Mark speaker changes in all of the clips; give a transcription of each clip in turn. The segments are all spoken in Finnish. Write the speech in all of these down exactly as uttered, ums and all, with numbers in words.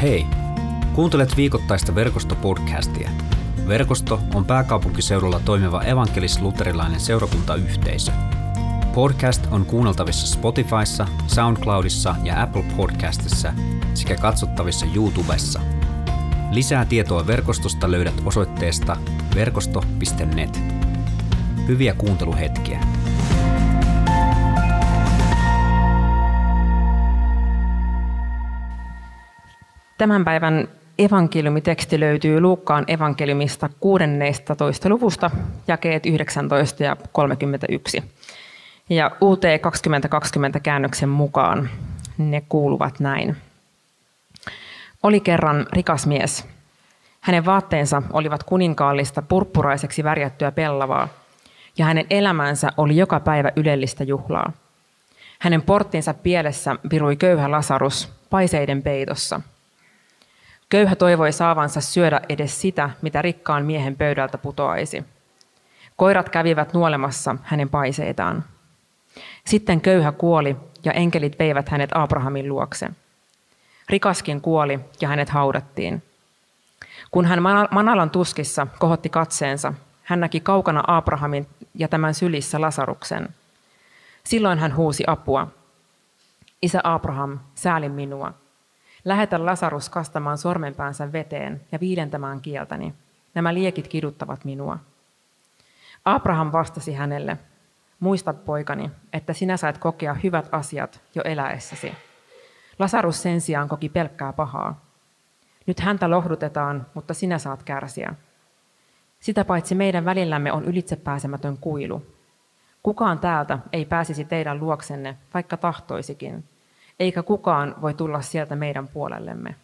Speaker 1: Hei! Kuuntelet viikoittaista Verkosto-podcastia. Verkosto on pääkaupunkiseudulla toimiva evankelis-luterilainen seurakuntayhteisö. Podcast on kuunneltavissa Spotifyssa, SoundCloudissa ja Apple Podcastissa sekä katsottavissa YouTubessa. Lisää tietoa verkostosta löydät osoitteesta verkosto piste net. Hyviä kuunteluhetkiä.
Speaker 2: Tämän päivän evankeliumiteksti löytyy Luukkaan evankeliumista kuudennestatoista luvusta, jakeet yhdeksäntoista ja kolmekymmentäyksi. Ja U T kaksituhattakaksikymmentä käännöksen mukaan ne kuuluvat näin. Oli kerran rikas mies. Hänen vaatteensa olivat kuninkaallista purppuraiseksi värjättyä pellavaa, ja hänen elämänsä oli joka päivä ylellistä juhlaa. Hänen porttinsa pielessä virui köyhä Lasarus paiseiden peitossa. Köyhä toivoi saavansa syödä edes sitä, mitä rikkaan miehen pöydältä putoaisi. Koirat kävivät nuolemassa hänen paiseitaan. Sitten köyhä kuoli, ja enkelit veivät hänet Abrahamin luokse. Rikaskin kuoli, ja hänet haudattiin. Kun hän manalan tuskissa kohotti katseensa, hän näki kaukana Abrahamin ja tämän sylissä Lasaruksen. Silloin hän huusi apua. Isä Abraham, sääli minua. Lähetä Lasarus kastamaan sormenpäänsä veteen ja viilentämään kieltäni. Nämä liekit kiduttavat minua. Abraham vastasi hänelle, muista poikani, että sinä sait kokea hyvät asiat jo eläessäsi. Lasarus sen sijaan koki pelkkää pahaa. Nyt häntä lohdutetaan, mutta sinä saat kärsiä. Sitä paitsi meidän välillämme on ylitsepääsemätön kuilu. Kukaan täältä ei pääsisi teidän luoksenne, vaikka tahtoisikin. Eikä kukaan voi tulla sieltä meidän puolellemme.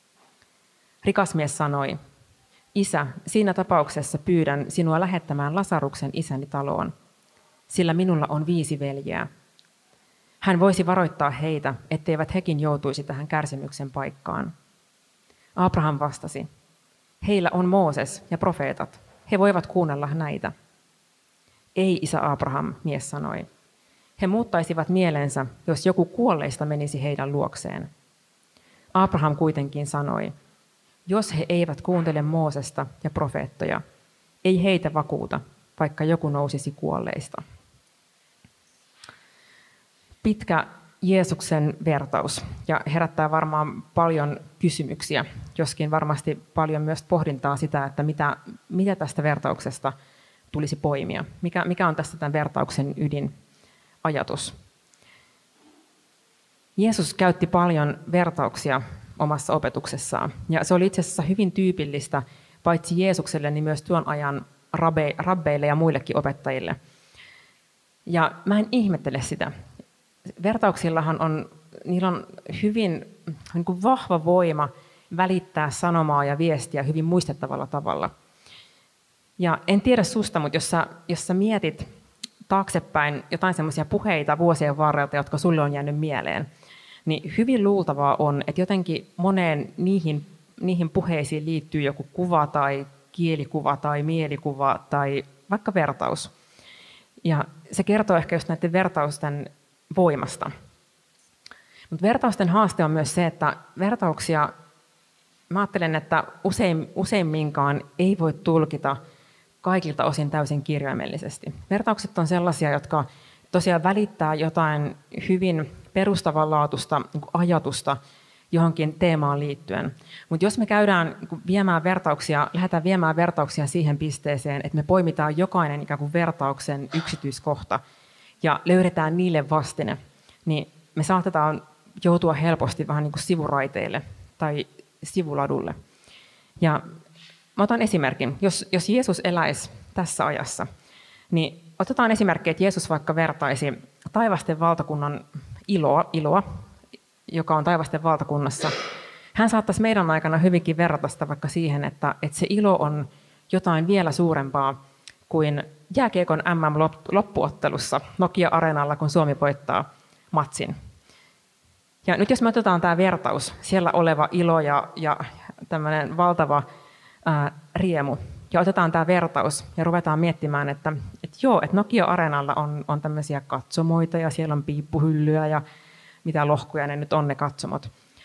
Speaker 2: Rikas mies sanoi, isä, siinä tapauksessa pyydän sinua lähettämään Lasaruksen isäni taloon, sillä minulla on viisi veljeä. Hän voisi varoittaa heitä, etteivät hekin joutuisi tähän kärsimyksen paikkaan. Abraham vastasi, heillä on Mooses ja profeetat, he voivat kuunnella näitä. Ei, isä Abraham, mies sanoi. He muuttaisivat mielensä, jos joku kuolleista menisi heidän luokseen. Abraham kuitenkin sanoi, jos he eivät kuuntele Moosesta ja profeettoja, ei heitä vakuuta, vaikka joku nousisi kuolleista. Pitkä Jeesuksen vertaus ja herättää varmaan paljon kysymyksiä, joskin varmasti paljon myös pohdintaa sitä, että mitä, mitä tästä vertauksesta tulisi poimia. Mikä, mikä on tässä tämän vertauksen ydin? Ajatus. Jeesus käytti paljon vertauksia omassa opetuksessaan, ja se oli itse asiassa hyvin tyypillistä paitsi Jeesukselle, niin myös tuon ajan rabbe, rabbeille ja muillekin opettajille. Ja mä en ihmettele sitä. Vertauksillahan on, niillä on hyvin niin kuin vahva voima välittää sanomaa ja viestiä hyvin muistettavalla tavalla. Ja en tiedä susta, mutta jos sä, jos sä mietit taaksepäin jotain semmoisia puheita vuosien varrelta, jotka sulle on jäänyt mieleen, niin hyvin luultavaa on, että jotenkin moneen niihin, niihin puheisiin liittyy joku kuva tai kielikuva tai mielikuva tai vaikka vertaus. Ja se kertoo ehkä just näiden vertausten voimasta. Mutta vertausten haaste on myös se, että vertauksia, mä ajattelen, että usein, useimminkaan ei voi tulkita kaikilta osin täysin kirjaimellisesti. Vertaukset on sellaisia, jotka tosiaan välittää jotain hyvin perustavanlaatuista ajatusta johonkin teemaan liittyen. Mutta jos me käydään viemään vertauksia, lähdetään viemään vertauksia siihen pisteeseen, että me poimitaan jokainen ikään kuin vertauksen yksityiskohta ja löydetään niille vastine, niin me saatetaan joutua helposti vähän niin kuin sivuraiteille tai sivuladulle. Ja mä otan esimerkin. Jos, jos Jeesus eläisi tässä ajassa, niin otetaan esimerkki, että Jeesus vaikka vertaisi taivasten valtakunnan iloa, iloa, joka on taivasten valtakunnassa. Hän saattaisi meidän aikana hyvinkin verrata sitä vaikka siihen, että, että se ilo on jotain vielä suurempaa kuin jääkiekon M M-loppuottelussa Nokia-areenalla, kun Suomi voittaa matsin. Ja nyt jos me otetaan tämä vertaus, siellä oleva ilo ja, ja tämmöinen valtava ää, riemu, ja otetaan tämä vertaus ja ruvetaan miettimään, että, että joo, että Nokia-areenalla on, on tämmöisiä katsomoita ja siellä on piippuhyllyä ja mitä lohkuja ne nyt on ne katsomot.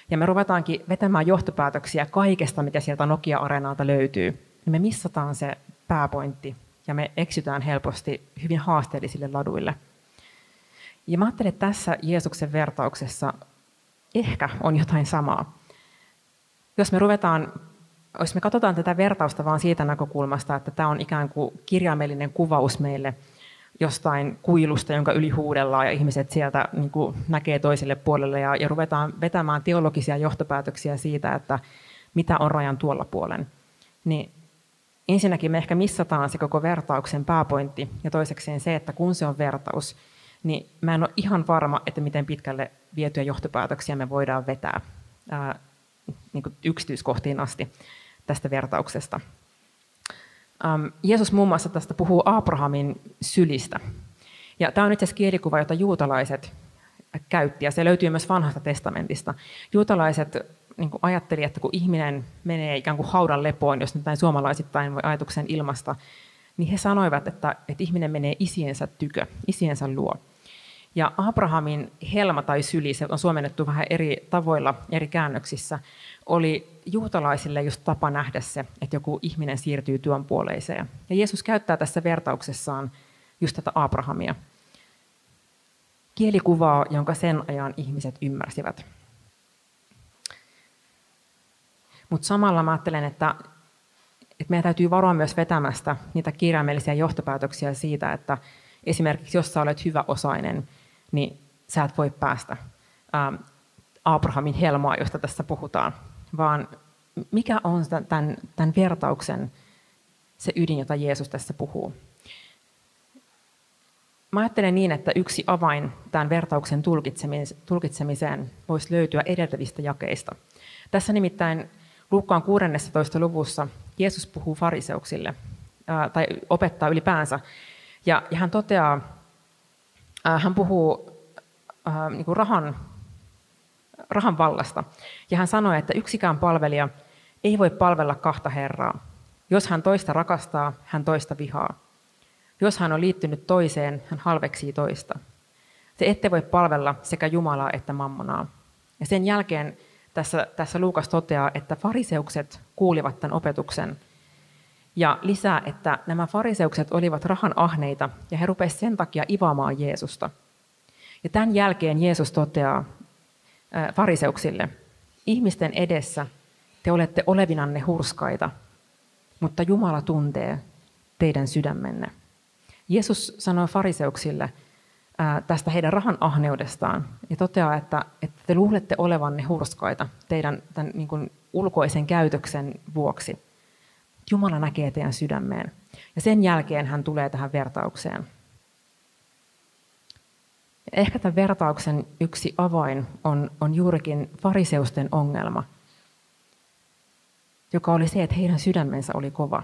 Speaker 2: ja me ruvetaankin vetämään johtopäätöksiä kaikesta, mitä sieltä Nokia-areenalta löytyy, niin me missataan se pääpointti ja me eksytään helposti hyvin haasteellisille laduille. Ja mä ajattelen, että tässä Jeesuksen vertauksessa ehkä on jotain samaa. Jos me ruvetaan, jos me katsotaan tätä vertausta vaan siitä näkökulmasta, että tämä on ikään kuin kirjaimellinen kuvaus meille jostain kuilusta, jonka yli huudellaan ja ihmiset sieltä niin kuin näkee toiselle puolelle ja, ja ruvetaan vetämään teologisia johtopäätöksiä siitä, että mitä on rajan tuolla puolen, niin ensinnäkin me ehkä missataan se koko vertauksen pääpointti ja toisekseen se, että kun se on vertaus, niin mä en ole ihan varma, että miten pitkälle vietyjä johtopäätöksiä me voidaan vetää ää, niin kuin yksityiskohtiin asti tästä vertauksesta. Ähm, Jeesus muun muassa tästä puhuu Abrahamin sylistä. Ja tämä on itse asiassa kielikuva, jota juutalaiset käytti, ja se löytyy myös vanhasta testamentista. Juutalaiset niin kuin ajatteli, että kun ihminen menee ikään kuin haudan lepoon, jos nyt näin suomalaisittain voi ajatuksen ilmasta, niin he sanoivat, että, että ihminen menee isiensä tykö, isiensä luo. Ja Abrahamin helma tai syli, se on suomennettu vähän eri tavoilla, eri käännöksissä, oli juutalaisille just tapa nähdä se, että joku ihminen siirtyy työn puoleiseen. Ja Jeesus käyttää tässä vertauksessaan just tätä Abrahamia. Kielikuvaa, jonka sen ajan ihmiset ymmärsivät. Mutta samalla mä ajattelen, että, että meidän täytyy varoa myös vetämästä niitä kirjaimellisia johtopäätöksiä siitä, että esimerkiksi jos sä olet hyväosainen, niin sä et voi päästä ähm, Abrahamin helmaa, josta tässä puhutaan, vaan mikä on tämän, tämän vertauksen se ydin, jota Jeesus tässä puhuu. Mä ajattelen niin, että yksi avain tämän vertauksen tulkitsemiseen voisi löytyä edeltävistä jakeista. Tässä nimittäin Luukkaan kuudennessatoista luvussa Jeesus puhuu fariseuksille, ää, tai opettaa ylipäänsä, ja, ja hän toteaa, ää, hän puhuu ää, niin kuin rahan, rahan vallasta, ja hän sanoi, että yksikään palvelija ei voi palvella kahta herraa. Jos hän toista rakastaa, hän toista vihaa. Jos hän on liittynyt toiseen, hän halveksii toista. Te ette voi palvella sekä Jumalaa että mammonaa. Ja sen jälkeen tässä, tässä Luukas toteaa, että fariseukset kuulivat tämän opetuksen. Ja lisää, että nämä fariseukset olivat rahan ahneita ja he rupesivat sen takia ivaamaan Jeesusta. Ja tämän jälkeen Jeesus toteaa ää, fariseuksille, ihmisten edessä te olette olevinanne hurskaita, mutta Jumala tuntee teidän sydämenne. Jeesus sanoi fariseuksille ää, tästä heidän rahan ahneudestaan ja toteaa, että, että te luulette olevanne hurskaita teidän tämän, niin kuin ulkoisen käytöksen vuoksi. Jumala näkee teidän sydämeen. Ja sen jälkeen hän tulee tähän vertaukseen. Ja ehkä tämän vertauksen yksi avain on, on juurikin fariseusten ongelma, joka oli se, että heidän sydämensä oli kova.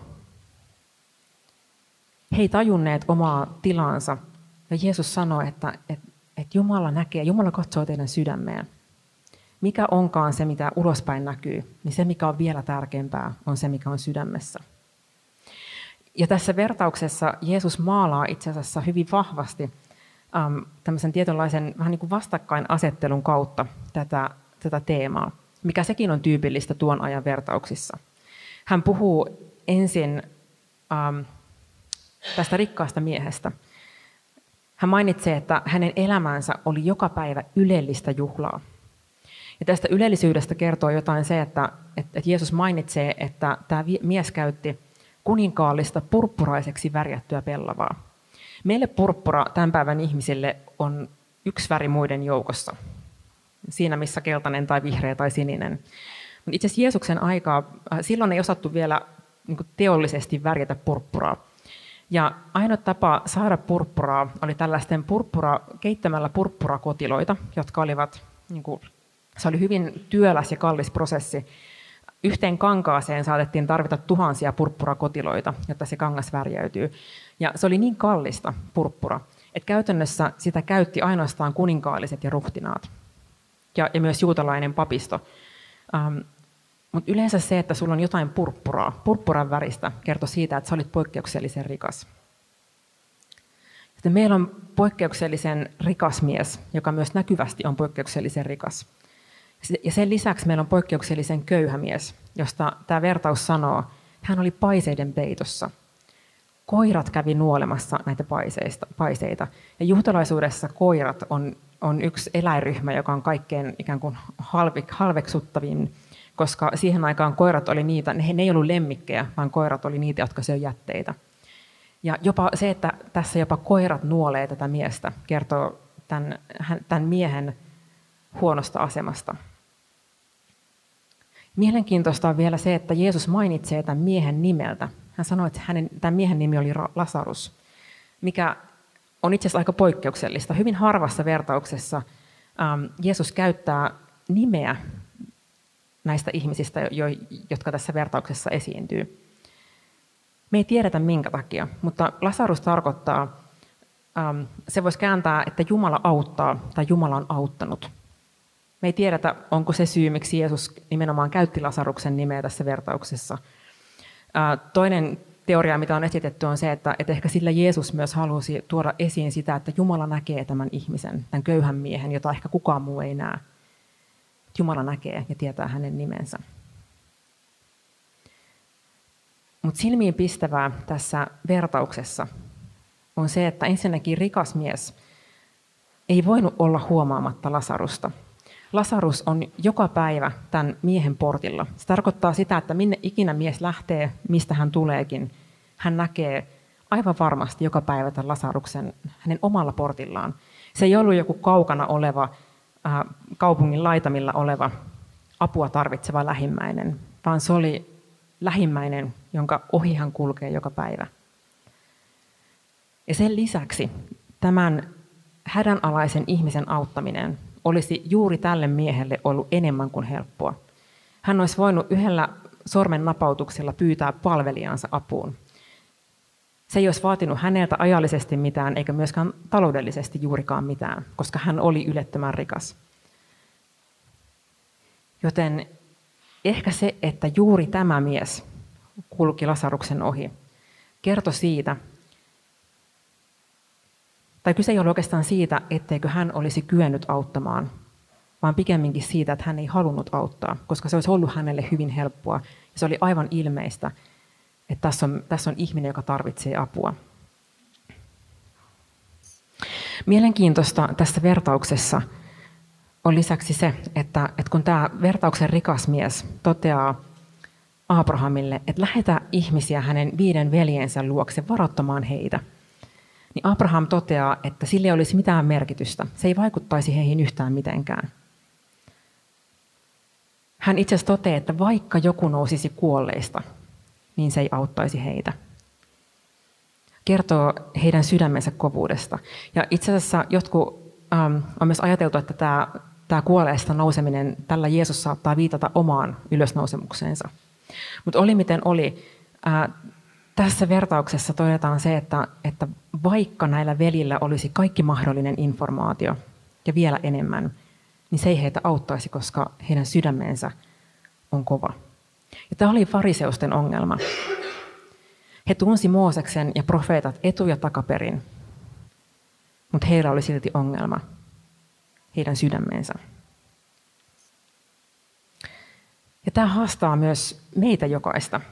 Speaker 2: He ei tajunneet omaa tilaansa, ja Jeesus sanoi, että, että, että Jumala näkee, Jumala katsoo teidän sydämeen. Mikä onkaan se, mitä ulospäin näkyy, niin se, mikä on vielä tärkeämpää, on se, mikä on sydämessä. Ja tässä vertauksessa Jeesus maalaa itse asiassa hyvin vahvasti äm, tämmöisen tietynlaisen vähän niin kuin vastakkainasettelun kautta tätä, tätä teemaa, mikä sekin on tyypillistä tuon ajan vertauksissa. Hän puhuu ensin äm, tästä rikkaasta miehestä. Hän mainitsee, että hänen elämänsä oli joka päivä ylellistä juhlaa. Ja tästä ylellisyydestä kertoo jotain se, että, että Jeesus mainitsee, että tämä mies käytti kuninkaallista purppuraiseksi värjättyä pellavaa. Meille purppura tämän päivän ihmisille on yksi väri muiden joukossa. Siinä missä keltainen tai vihreä tai sininen. Mutta itse asiassa Jeesuksen aikaa, silloin ei osattu vielä niin kuin teollisesti värjätä purppuraa. Ja ainoa tapa saada purppuraa oli tällaisten purppura, keittämällä purppurakotiloita, jotka olivat, niin kuin, se oli hyvin työläs ja kallis prosessi. Yhteen kankaaseen saatettiin tarvita tuhansia purppurakotiloita, jotta se kangas värjäytyy. Ja se oli niin kallista purppura, että käytännössä sitä käytti ainoastaan kuninkaalliset ja ruhtinaat. Ja, ja myös juutalainen papisto. Ähm, Mutta yleensä se, että sulla on jotain purppuraa, purppuran väristä, kertoo siitä, että sä olit poikkeuksellisen rikas. Sitten meillä on poikkeuksellisen rikas mies, joka myös näkyvästi on poikkeuksellisen rikas. Ja sen lisäksi meillä on poikkeuksellisen köyhä mies, josta tämä vertaus sanoo, hän oli paiseiden peitossa. Koirat kävi nuolemassa näitä paiseista, paiseita. Ja juutalaisuudessa koirat on, on yksi eläinryhmä, joka on kaikkein ikään kuin halvek, halveksuttavin, koska siihen aikaan koirat oli niitä, ne, ne ei ollut lemmikkejä, vaan koirat oli niitä, jotka söi jätteitä. Ja jopa se, että tässä jopa koirat nuolee tätä miestä, kertoo tämän, tämän miehen huonosta asemasta. Mielenkiintoista on vielä se, että Jeesus mainitsee tämän miehen nimeltä. Hän sanoi, että hänen, tämän miehen nimi oli Lasarus, mikä on itse asiassa aika poikkeuksellista. Hyvin harvassa vertauksessa ähm, Jeesus käyttää nimeä näistä ihmisistä, jo, jotka tässä vertauksessa esiintyy. Me ei tiedetä minkä takia, mutta Lasarus tarkoittaa, ähm, se voisi kääntää, että Jumala auttaa tai Jumala on auttanut. Me ei tiedetä, onko se syy, miksi Jeesus nimenomaan käytti Lasaruksen nimeä tässä vertauksessa. Toinen teoria, mitä on esitetty, on se, että, että ehkä sillä Jeesus myös halusi tuoda esiin sitä, että Jumala näkee tämän ihmisen, tämän köyhän miehen, jota ehkä kukaan muu ei näe. Jumala näkee ja tietää hänen nimensä. Mutta silmiin pistävää tässä vertauksessa on se, että ensinnäkin rikas mies ei voinut olla huomaamatta Lasarusta. Lasarus on joka päivä tämän miehen portilla. Se tarkoittaa sitä, että minne ikinä mies lähtee, mistä hän tuleekin, hän näkee aivan varmasti joka päivä tämän Lasaruksen hänen omalla portillaan. Se ei ollut joku kaukana oleva, äh, kaupungin laitamilla oleva apua tarvitseva lähimmäinen, vaan se oli lähimmäinen, jonka ohi hän kulkee joka päivä. Ja sen lisäksi tämän hädänalaisen ihmisen auttaminen olisi juuri tälle miehelle ollut enemmän kuin helppoa. Hän olisi voinut yhdellä sormen napautuksella pyytää palvelijansa apuun. Se ei olisi vaatinut häneltä ajallisesti mitään, eikä myöskään taloudellisesti juurikaan mitään, koska hän oli ylettömän rikas. Joten ehkä se, että juuri tämä mies kulki Lasaruksen ohi, kertoi siitä, tai kyse ei ole oikeastaan siitä, etteikö hän olisi kyennyt auttamaan, vaan pikemminkin siitä, että hän ei halunnut auttaa, koska se olisi ollut hänelle hyvin helppoa. Ja se oli aivan ilmeistä, että tässä on, tässä on ihminen, joka tarvitsee apua. Mielenkiintoista tässä vertauksessa on lisäksi se, että, että kun tämä vertauksen rikas mies toteaa Abrahamille, että lähetä ihmisiä hänen viiden veljensä luokse varoittamaan heitä, niin Abraham toteaa, että sillä ei olisi mitään merkitystä. Se ei vaikuttaisi heihin yhtään mitenkään. Hän itse asiassa toteaa, että vaikka joku nousisi kuolleista, niin se ei auttaisi heitä. Kertoo heidän sydämensä kovuudesta. Ja itse asiassa jotkut ähm, on myös ajateltu, että tämä, tämä kuolleesta nouseminen, tällä Jeesus saattaa viitata omaan ylösnousemukseensa. Mutta oli miten oli, äh, tässä vertauksessa todetaan se, että, että vaikka näillä velillä olisi kaikki mahdollinen informaatio ja vielä enemmän, niin se ei heitä auttaisi, koska heidän sydämensä on kova. Ja tämä oli fariseusten ongelma. He tunsi Mooseksen ja profeetat etu- ja takaperin, mutta heillä oli silti ongelma, heidän sydämensä. Ja tämä haastaa myös meitä jokaista.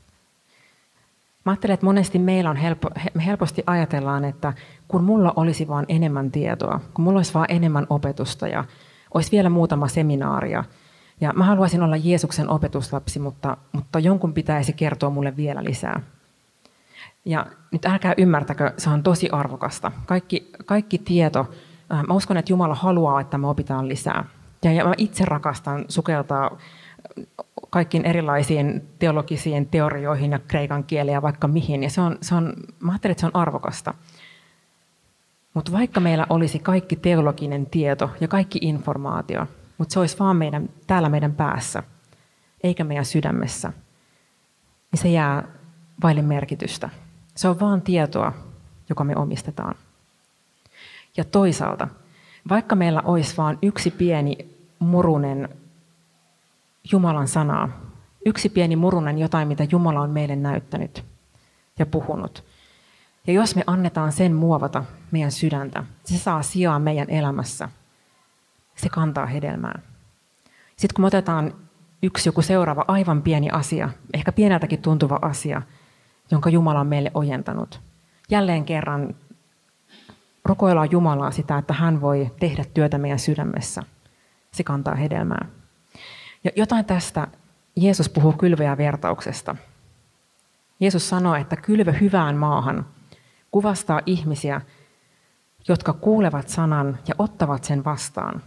Speaker 2: Mä ajattelen, että monesti meillä on helppo, me helposti ajatellaan, että kun mulla olisi vaan enemmän tietoa, kun mulla olisi vaan enemmän opetusta ja olisi vielä muutama seminaaria, ja mä haluaisin olla Jeesuksen opetuslapsi, mutta, mutta jonkun pitäisi kertoa mulle vielä lisää. Ja nyt älkää ymmärtäkö, se on tosi arvokasta. Kaikki, kaikki tieto, mä uskon, että Jumala haluaa, että me opitaan lisää. Ja, ja mä itse rakastan sukeltaa kaikkiin erilaisiin teologisiin teorioihin ja kreikan kieliä ja vaikka mihin. Ja se on, se on, mä ajattelen, että se on arvokasta. Mutta vaikka meillä olisi kaikki teologinen tieto ja kaikki informaatio, mutta se olisi vaan meidän, täällä meidän päässä, eikä meidän sydämessä, niin se jää vaille merkitystä. Se on vaan tietoa, joka me omistetaan. Ja toisaalta, vaikka meillä olisi vain yksi pieni murunen Jumalan sanaa, yksi pieni murunen jotain, mitä Jumala on meille näyttänyt ja puhunut. Ja jos me annetaan sen muovata meidän sydäntä, se saa sijaa meidän elämässä. Se kantaa hedelmää. Sitten kun me otetaan yksi joku seuraava aivan pieni asia, ehkä pieneltäkin tuntuva asia, jonka Jumala on meille ojentanut. Jälleen kerran rukoillaan Jumalaa sitä, että hän voi tehdä työtä meidän sydämessä. Se kantaa hedelmää. Ja jotain tästä Jeesus puhuu kylväjän vertauksesta. Jeesus sanoo, että kylvö hyvään maahan kuvastaa ihmisiä, jotka kuulevat sanan ja ottavat sen vastaan.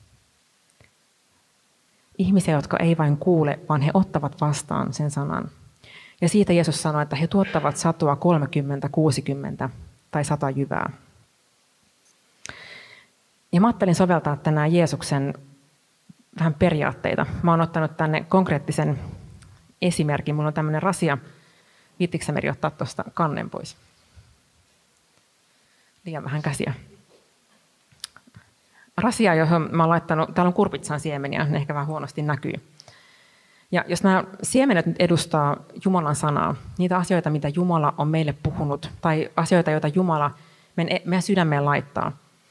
Speaker 2: Ihmisiä, jotka ei vain kuule, vaan he ottavat vastaan sen sanan. Ja siitä Jeesus sanoi, että he tuottavat satoa kolmekymmentä, kuusikymmentä tai sata jyvää. Ja mä ajattelin soveltaa tänään Jeesuksen vähän periaatteita. Mä oon ottanut tänne konkreettisen esimerkin. Mulla on tämmöinen rasia. Viittikö Meri ottaa tuosta kannen pois? Liian vähän käsiä. Rasia, johon mä oon laittanut, täällä on kurpitsan siemeniä, ne ehkä vähän huonosti näkyy. Ja jos nämä siemenet nyt edustaa Jumalan sanaa, niitä asioita, mitä Jumala on meille puhunut, tai asioita, joita Jumala meidän, meidän sydämeen laittaa.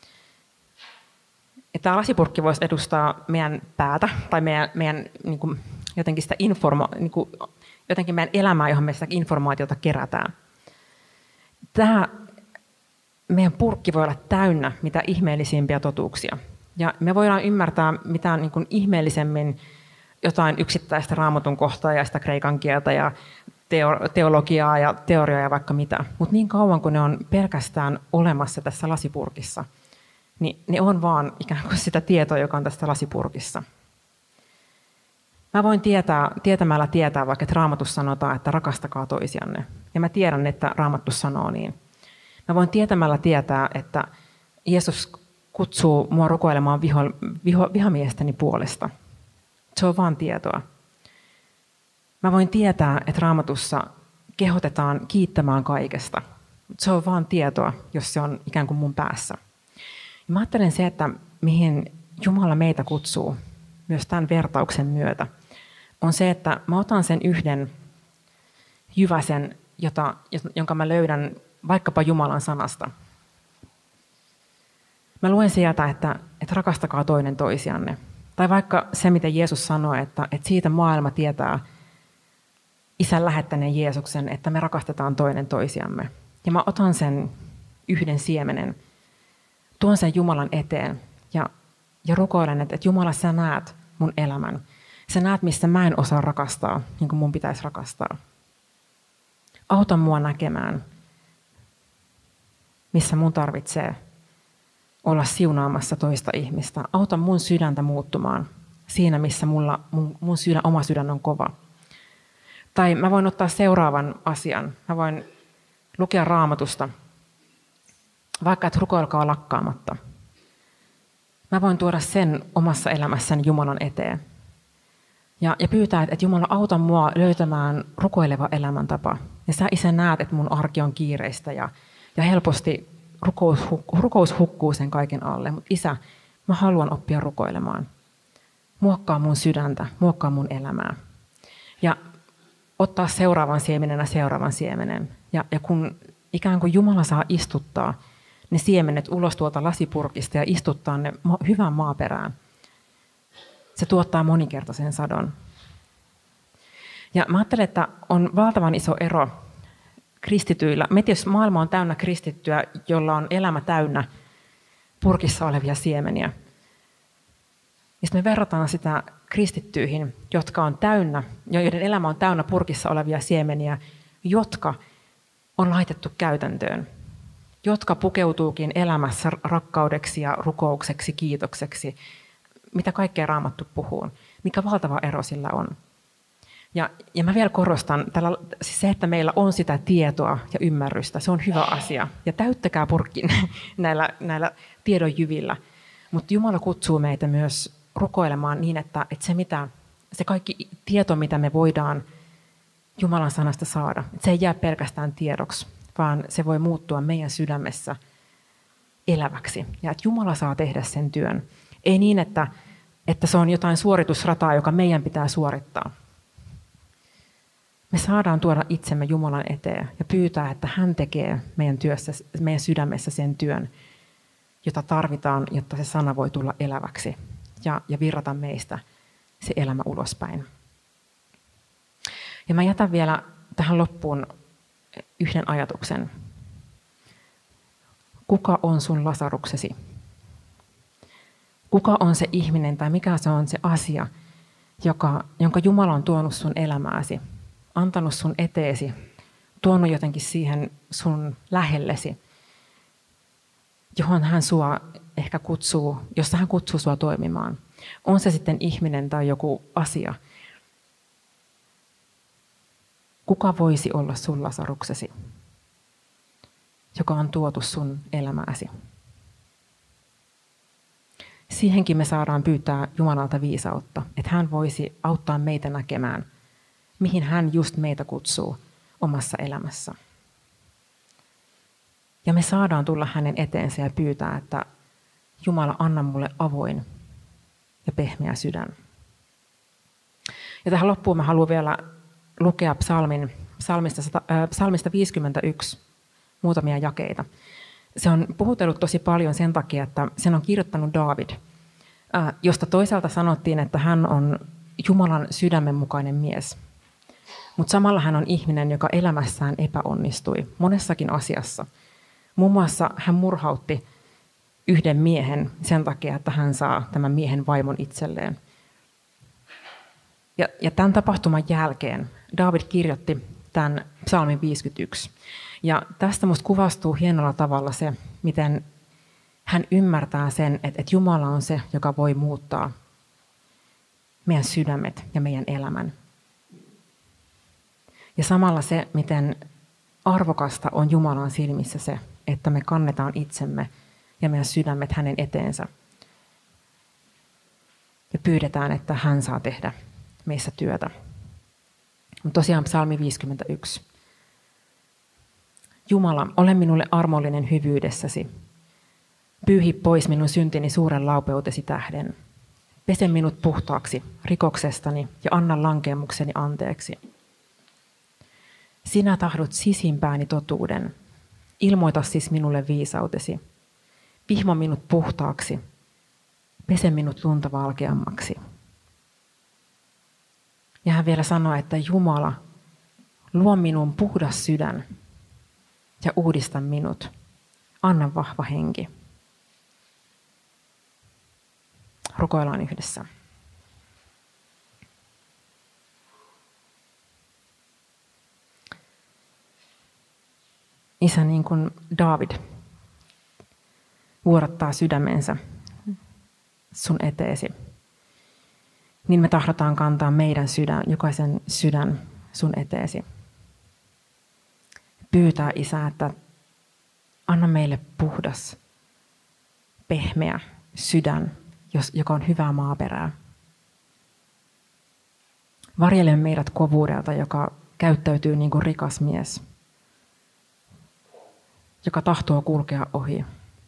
Speaker 2: Että tämä lasipurkki voisi edustaa meidän päätä, tai meidän, meidän niin kuin, jotenkin sitä informa- niin kuin, jotenkin meidän elämää, johon me sitä informaatiota kerätään. Tämä meidän purkki voi olla täynnä mitä ihmeellisimpiä totuuksia. Ja me voidaan ymmärtää mitä niin kuin ihmeellisemmin jotain yksittäistä raamatun kohtaa ja sitä kreikan kieltä ja teologiaa ja teoriaa ja vaikka mitä. Mutta niin kauan kuin ne on pelkästään olemassa tässä lasipurkissa, niin ne on vaan ikään kuin sitä tietoa, joka on tässä lasipurkissa. Mä voin tietää, tietämällä tietää, vaikka että Raamatussa sanotaan, että rakastakaa toisianne. Ja mä tiedän, että Raamattu sanoo niin. Mä voin tietämällä tietää, että Jeesus kutsuu mua rukoilemaan viho, viho, vihamiesteni puolesta. Se on vaan tietoa. Mä voin tietää, että Raamatussa kehotetaan kiittämään kaikesta. Se on vaan tietoa, jos se on ikään kuin mun päässä. Ja mä ajattelen se, että mihin Jumala meitä kutsuu myös tämän vertauksen myötä, on se, että mä otan sen yhden jyväsen, jota, jonka mä löydän vaikkapa Jumalan sanasta. Mä luen sieltä, että, että rakastakaa toinen toisianne. Tai vaikka se, mitä Jeesus sanoi, että, että siitä maailma tietää Isän lähettäneen Jeesuksen, että me rakastetaan toinen toisiamme. Ja mä otan sen yhden siemenen, tuon sen Jumalan eteen ja, ja rukoilen, että, että Jumala, sä näet mun elämän. Sä näet, missä mä en osaa rakastaa, niin kuin mun pitäisi rakastaa. Auta mua näkemään, missä mun tarvitsee olla siunaamassa toista ihmistä. Auta mun sydäntä muuttumaan siinä, missä mulla, mun, mun sydän, oma sydän on kova. Tai mä voin ottaa seuraavan asian. Mä voin lukea Raamatusta, vaikka et rukoilkaa lakkaamatta. Mä voin tuoda sen omassa elämässäni Jumalan eteen. Ja, ja pyytää, että Jumala auta mua löytämään rukoileva elämäntapa. Ja sä Isä näet, että mun arki on kiireistä ja, ja helposti rukous, rukous hukkuu sen kaiken alle. Mutta Isä, mä haluan oppia rukoilemaan. Muokkaa mun sydäntä, muokkaa mun elämää. Ja ottaa seuraavan siemenenä seuraavan siemenen. Ja, ja kun ikään kuin Jumala saa istuttaa ne siemenet ulos tuolta lasipurkista ja istuttaa ne hyvän maaperään, se tuottaa moninkertaisen sadon. Ja mä ajattelen, että on valtavan iso ero kristityillä. Mietin, jos maailma on täynnä kristittyä, jolla on elämä täynnä purkissa olevia siemeniä. Ja sitten me verrataan sitä kristittyihin, jotka on täynnä, joiden elämä on täynnä purkissa olevia siemeniä, jotka on laitettu käytäntöön, jotka pukeutuukin elämässä rakkaudeksi ja rukoukseksi, kiitokseksi, mitä kaikkea Raamattu puhuu, mikä valtava ero sillä on. Ja, ja mä vielä korostan, tällä, siis se, että meillä on sitä tietoa ja ymmärrystä, se on hyvä asia. Ja täyttäkää purkkin näillä, näillä tiedonjyvillä. Mutta Jumala kutsuu meitä myös rukoilemaan niin, että, että se, mitä, se kaikki tieto, mitä me voidaan Jumalan sanasta saada, että se ei jää pelkästään tiedoksi, vaan se voi muuttua meidän sydämessä eläväksi. Ja että Jumala saa tehdä sen työn. Ei niin, että, että se on jotain suoritusrataa, joka meidän pitää suorittaa. Me saadaan tuoda itsemme Jumalan eteen ja pyytää, että hän tekee meidän työssä, meidän sydämessä sen työn, jota tarvitaan, jotta se sana voi tulla eläväksi ja, ja virrata meistä se elämä ulospäin. Ja mä jätän vielä tähän loppuun yhden ajatuksen. Kuka on sun Lasaruksesi? Kuka on se ihminen tai mikä se on se asia, joka, jonka Jumala on tuonut sun elämääsi, antanut sun eteesi, tuonut jotenkin siihen sun lähellesi, johon hän sua ehkä kutsuu, jossa hän kutsuu sua toimimaan. On se sitten ihminen tai joku asia. Kuka voisi olla sun Lasaruksesi, joka on tuotu sun elämääsi? Siihenkin me saadaan pyytää Jumalalta viisautta, että hän voisi auttaa meitä näkemään, mihin hän just meitä kutsuu omassa elämässä. Ja me saadaan tulla hänen eteensä ja pyytää, että Jumala, anna mulle avoin ja pehmeä sydän. Ja tähän loppuun mä haluan vielä lukea psalmin, psalmista, äh, psalmista viisikymmentäyksi muutamia jakeita. Se on puhutellut tosi paljon sen takia, että sen on kirjoittanut Daavid, äh, josta toisaalta sanottiin, että hän on Jumalan sydämen mukainen mies. Mutta samalla hän on ihminen, joka elämässään epäonnistui monessakin asiassa. Muun muassa hän murhautti yhden miehen sen takia, että hän saa tämän miehen vaimon itselleen. Ja, ja tämän tapahtuman jälkeen Daavid kirjoitti tämän psalmin viisikymmentäyksi. Ja tästä musta kuvastuu hienolla tavalla se, miten hän ymmärtää sen, että, että Jumala on se, joka voi muuttaa meidän sydämet ja meidän elämän. Ja samalla se, miten arvokasta on Jumalan silmissä se, että me kannetaan itsemme ja meidän sydämet hänen eteensä. Ja pyydetään, että hän saa tehdä meissä työtä. Mutta tosiaan psalmi viisikymmentäyksi. Jumala, ole minulle armollinen hyvyydessäsi. Pyyhi pois minun syntini suuren laupeutesi tähden. Pese minut puhtaaksi rikoksestani ja anna lankemukseni anteeksi. Sinä tahdot sisimpääni totuuden. Ilmoita siis minulle viisautesi. Vihmo minut puhtaaksi. Pese minut lunta valkeammaksi. Ja hän vielä sanoi, että Jumala, luo minun puhdas sydän ja uudista minut. Anna vahva henki. Rukoillaan yhdessä. Isä, niin kuin Daavid vuorattaa sydämensä sun eteesi, niin me tahdotaan kantaa meidän sydän, jokaisen sydän sun eteesi. Pyytää, Isä, että anna meille puhdas, pehmeä sydän, joka on hyvää maaperää. Varjele meidät kovuudelta, joka käyttäytyy niin kuin rikas mies, joka tahtoo kulkea ohi.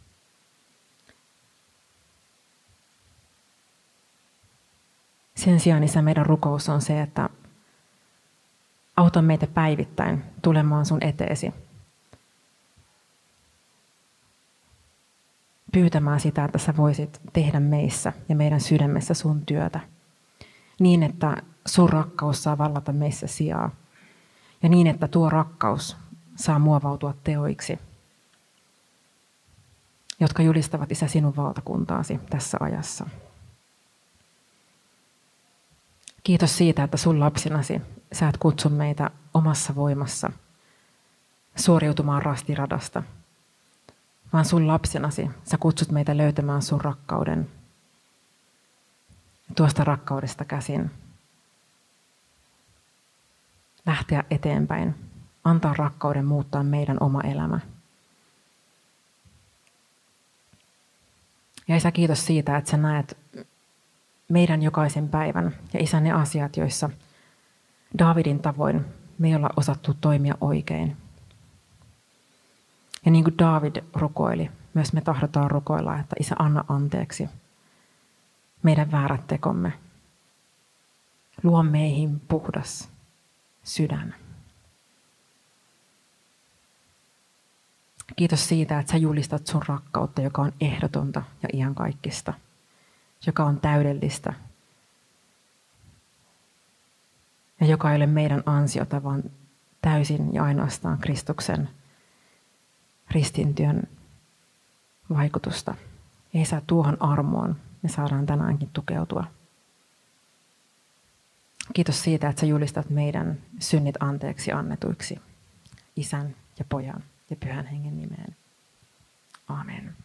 Speaker 2: Sen sijaan, Isä, meidän rukous on se, että auta meitä päivittäin tulemaan sun eteesi. Pyytämään sitä, että sä voisit tehdä meissä ja meidän sydämessä sun työtä. Niin, että sun rakkaus saa vallata meissä sijaa. Ja niin, että tuo rakkaus saa muovautua teoiksi, jotka julistavat, Isä, sinun valtakuntaasi tässä ajassa. Kiitos siitä, että sun lapsinasi sä et kutsu meitä omassa voimassa suoriutumaan rastiradasta, vaan sun lapsinasi sä kutsut meitä löytämään sun rakkauden. Tuosta rakkaudesta käsin lähteä eteenpäin, antaa rakkauden muuttaa meidän oma elämä. Ja Isä, kiitos siitä, että sä näet meidän jokaisen päivän ja Isä ne asiat, joissa Daavidin tavoin me ei olla osattu toimia oikein. Ja niin kuin Daavid rukoili, myös me tahdotaan rukoilla, että Isä, anna anteeksi meidän väärät tekomme. Luo meihin puhdas sydän. Kiitos siitä, että sä julistat sun rakkautta, joka on ehdotonta ja iankaikkista, joka on täydellistä, ja joka ei ole meidän ansiota, vaan täysin ja ainoastaan Kristuksen ristintyön vaikutusta. Isä, tuohon armoon me saadaan tänäänkin tukeutua. Kiitos siitä, että sä julistat meidän synnit anteeksi annetuiksi Isän ja Pojan ja Pyhän Hengen nimeen. Amen.